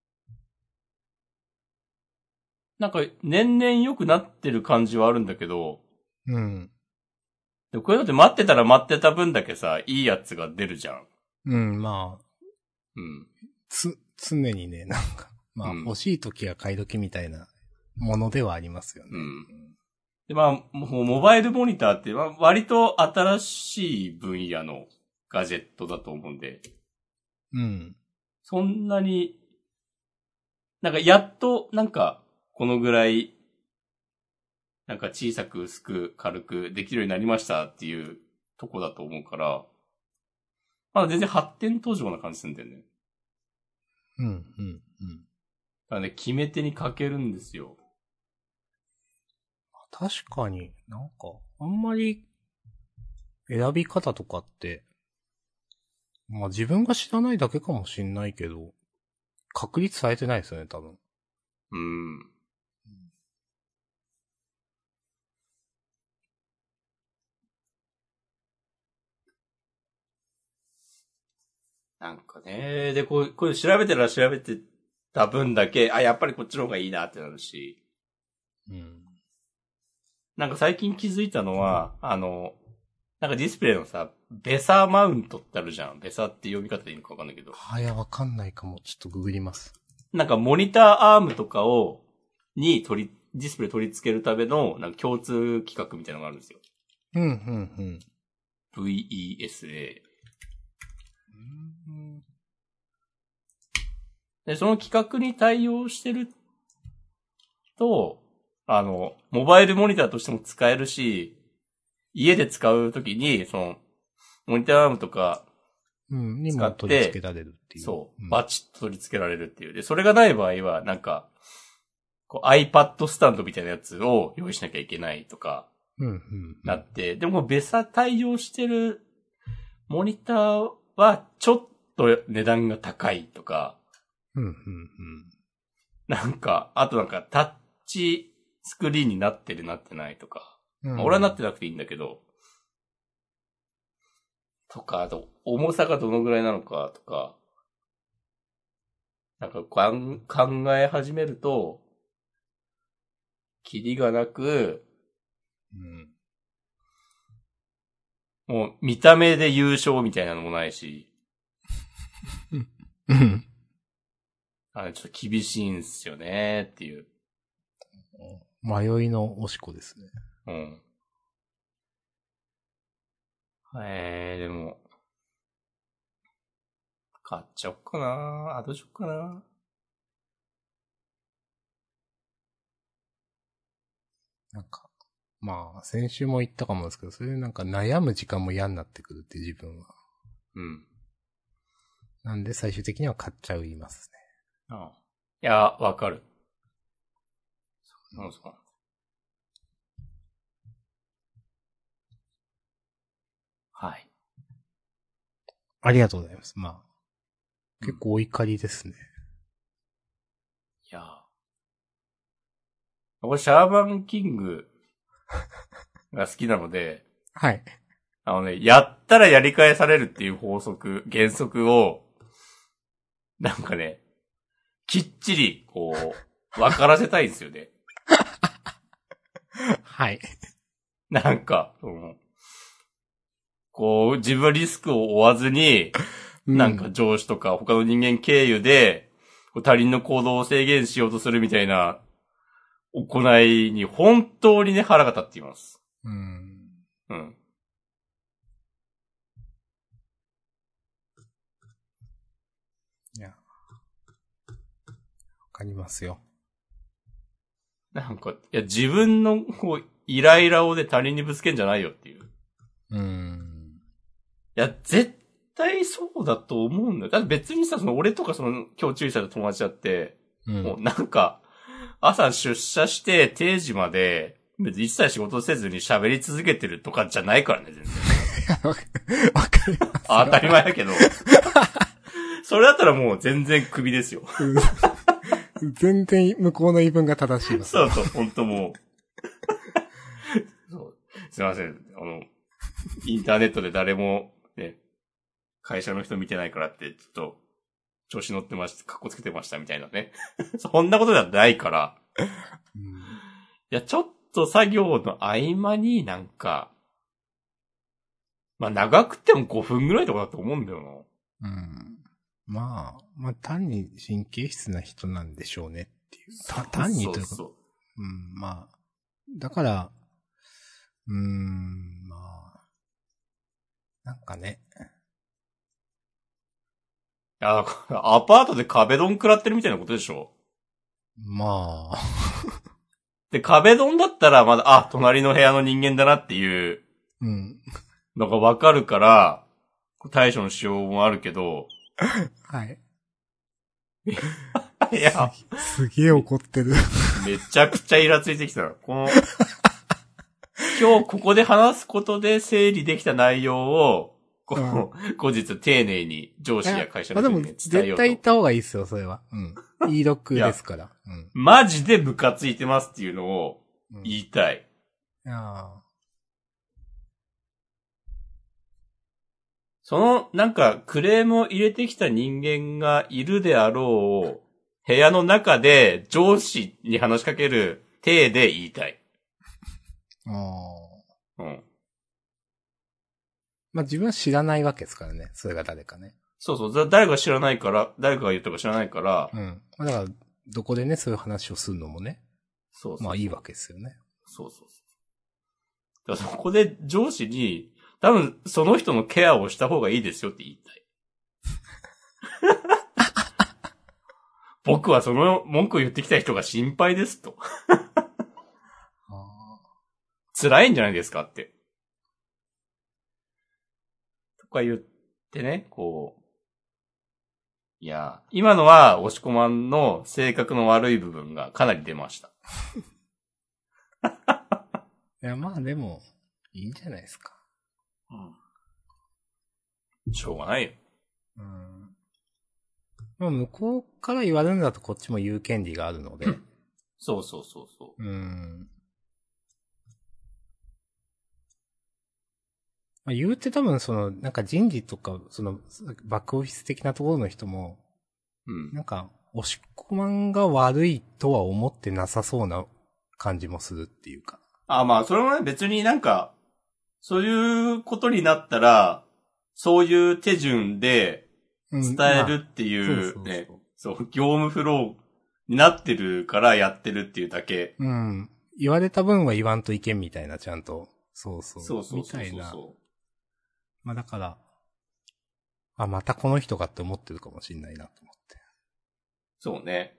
なんか年々良くなってる感じはあるんだけど、でもこういうのって待ってたら待ってた分だけさ、いいやつが出るじゃん。
まあ。常にね、なんか、まあ、欲しい時は買い時みたいなものではありますよね。
で、まあ、もうモバイルモニターって割と新しい分野のガジェットだと思うんで。そんなに、なんかやっと、なんか、このぐらい、なんか小さく薄く軽くできるようになりましたっていうとこだと思うから、まだ全然発展途上な感じするんだよね。だからね、決め手に欠けるんですよ。
確かになんか、あんまり選び方とかって、まあ自分が知らないだけかもしんないけど、確立されてないですよね、多分。
なんかね、で、こういう調べてら調べてた分だけ、あ、やっぱりこっちの方がいいなってなるし。
うん。
なんか最近気づいたのは、なんかディスプレイのさ、ベサマウントってあるじゃん。ベサって読み方でいいのかわかんないけど。
いや、わかんないかも。ちょっとググります。
なんかモニターアームとかディスプレイ取り付けるための、なんか共通規格みたいなのがあるんですよ。
うん。
VESA。で、その規格に対応してると、モバイルモニターとしても使えるし、家で使うときに、モニターアームとか、
にも取り付けられるっていう。
そう、バチッと取り付けられるっていう。で、それがない場合は、なんか、iPad スタンドみたいなやつを用意しなきゃいけないとか、なって、でもベサ対応してるモニターは、ちょっと値段が高いとか、なんか、あとなんかタッチスクリーンになってるなってないとか。まあ、俺はなってなくていいんだけど。とか、あと、重さがどのぐらいなのかとか。なんか考え始めると、キリがなく、もう見た目で優勝みたいなのもないし。ちょっと厳しいんすよねっていう。
迷いのおしこですね。
うん。でも、買っちゃおっかな。どうしよっかな。
なんか、まあ、先週も言ったかもですけど、それでなんか悩む時間も嫌になってくるって自分は。なんで最終的には買っちゃいます
ね。いや、わかる。そう。はい。
ありがとうございます。まあ、結構お怒りですね。
いや。これシャーバンキングが好きなので、
はい。
やったらやり返されるっていう原則を、なんかね、きっちり、わからせたいんですよね。
はい。
なんか、自分はリスクを負わずに、なんか上司とか他の人間経由で、他人の行動を制限しようとするみたいな行いに本当にね、腹が立っています。
いや。わかりますよ。
なんか、自分の、イライラをで他人にぶつけんじゃないよっていう。絶対そうだと思うんだよ。だって別にさ、俺とか今日注意された友達だって、もうなんか、朝出社して定時まで、別に一切仕事せずに喋り続けてるとかじゃないからね、全然。
わかります。
当たり前だけど。それだったらもう全然クビですよ。
全然向こうの言い分が正しいわ。
そう、本当もう。そうすいません。インターネットで誰も、ね、会社の人見てないからって、ちょっと、調子乗ってました、かっこつけてましたみたいなね。そんなことではないから。いや、ちょっと作業の合間になんか、まあ長くても5分ぐらいとかだと思うんだよ
な。まあ単に神経質な人なんでしょうねっていう。単にというか。まあ、だから、まあ、なんかね。
アパートで壁ドン食らってるみたいなことでしょ？まあ。で、壁ドンだったらまだ、隣の部屋の人間だなっていう、のがわかるから、対処のしようもあるけど。
はい。
いや。
すげえ怒ってる。
めちゃくちゃイラついてきた。 今日ここで話すことで整理できた内容を、後日丁寧に上司や会社の人に伝えようと。
絶対言った方がいいですよ、それは。うん。いい読ですから。うん。
マジでムカついてますっていうのを言いたい。その、なんか、クレームを入れてきた人間がいるであろう、部屋の中で上司に話しかける体で言いたい。うん。
まあ、自分は知らないわけですからね。それが誰かね。
そうそう。誰が知らないから、誰かが言ったか知らないから。
うん。だから、どこでね、そういう話をするのもね。
そうそう。
まあ、いいわけですよね。
そうそうそう。だからそこで上司に、多分、その人のケアをした方がいいですよって言いたい。僕はその文句を言ってきた人が心配ですと。辛いんじゃないですかって。とか言ってね、こう。いや、今のは、押し込まんの性格の悪い部分がかなり出ました。
いや、まあでも、いいんじゃないですか。
うん。しょうがないよ。
まあ、向こうから言われるんだとこっちも言う権利があるので。
そうそうそうそう。
まあ、言うて多分なんか人事とか、バックオフィス的なところの人も、なんか、押し込まんが悪いとは思ってなさそうな感じもするっていうか。
まあ、それもね、別になんか、そういうことになったら、そういう手順で伝えるっていうね、そう、業務フローになってるからやってるっていうだけ。
うん。言われた分は言わんといけんみたいな、ちゃんと。そう。
みたいな。
まあだから、またこの人かって思ってるかもしんないなと思って。
そうね。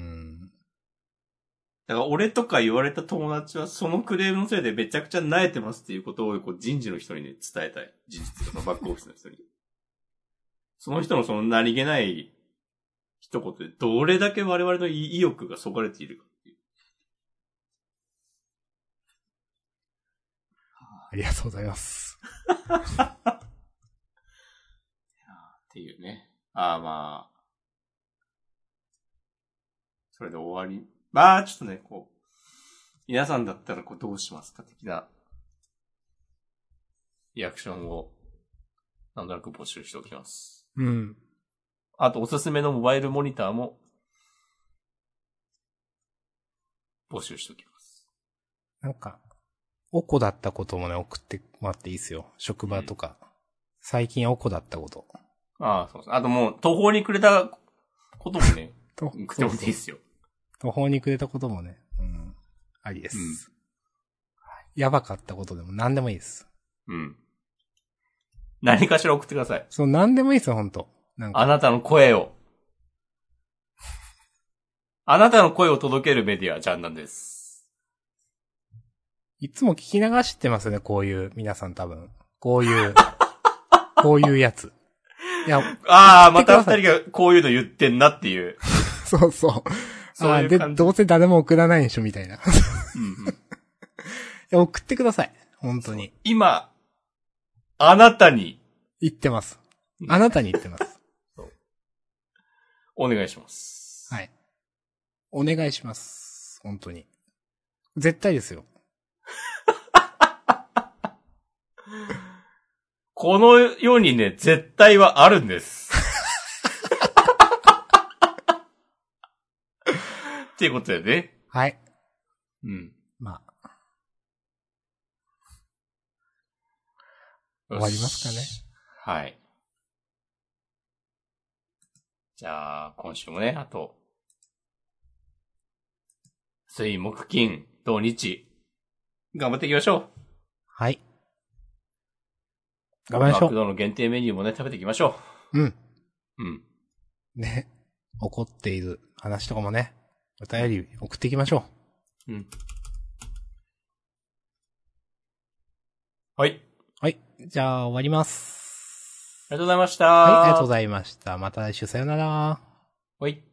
だから俺とか言われた友達はそのクレームのせいでめちゃくちゃ萎えてますっていうことをこう人事の人にね、伝えたい。人事とかバックオフィスの人に。その人のその何気ない一言でどれだけ我々の意欲がそがれているかっていう。
ありがとうございます。
っていうね。まあ。それで終わり。まあ、ちょっとね、こう、皆さんだったらこうどうしますか的な、リアクションを、なんとなく募集しておきます。あと、おすすめのモバイルモニターも、募集しておきます。
なんか、おこだったこともね、送ってもらっていいですよ。職場とか。最近おこだったこと。
そうです。あともう、途方にくれたこともね、送ってもらっていいですよ。
途方にくれたこともね、ありです。やばかったことでも何でもいいです。
何かしら送ってください。
そう、何でもいいですよ、ほんと。
あなたの声を。あなたの声を届けるメディア、ジャンナンです。
いつも聞き流してますよね、こういう、皆さん多分。こういう、こういうやつ。いや、
また二人がこういうの言ってんなっていう。
そう。そういう感じ。で、どうせ誰も送らないんでしょ、みたいな。いや、送ってください。本当に。
今、あなたに。
言ってます。あなたに言ってます。
お願いします。
はい。お願いします。本当に。絶対ですよ。
この世にね、絶対はあるんです。っていうことだよね。
はい。まあ。終わりますかね。
はい。じゃあ、今週もね、あと、水木金土日、頑張っていきましょう。
はい。頑張りましょう。
マクドの限定メニューもね、食べていきましょう。
ね。怒っている話とかもね、お便り送っていきましょ
う。はい。
はい。じゃあ、終わります。
ありがとうございました。
はい、ありがとうございました。また来週さよなら。
はい。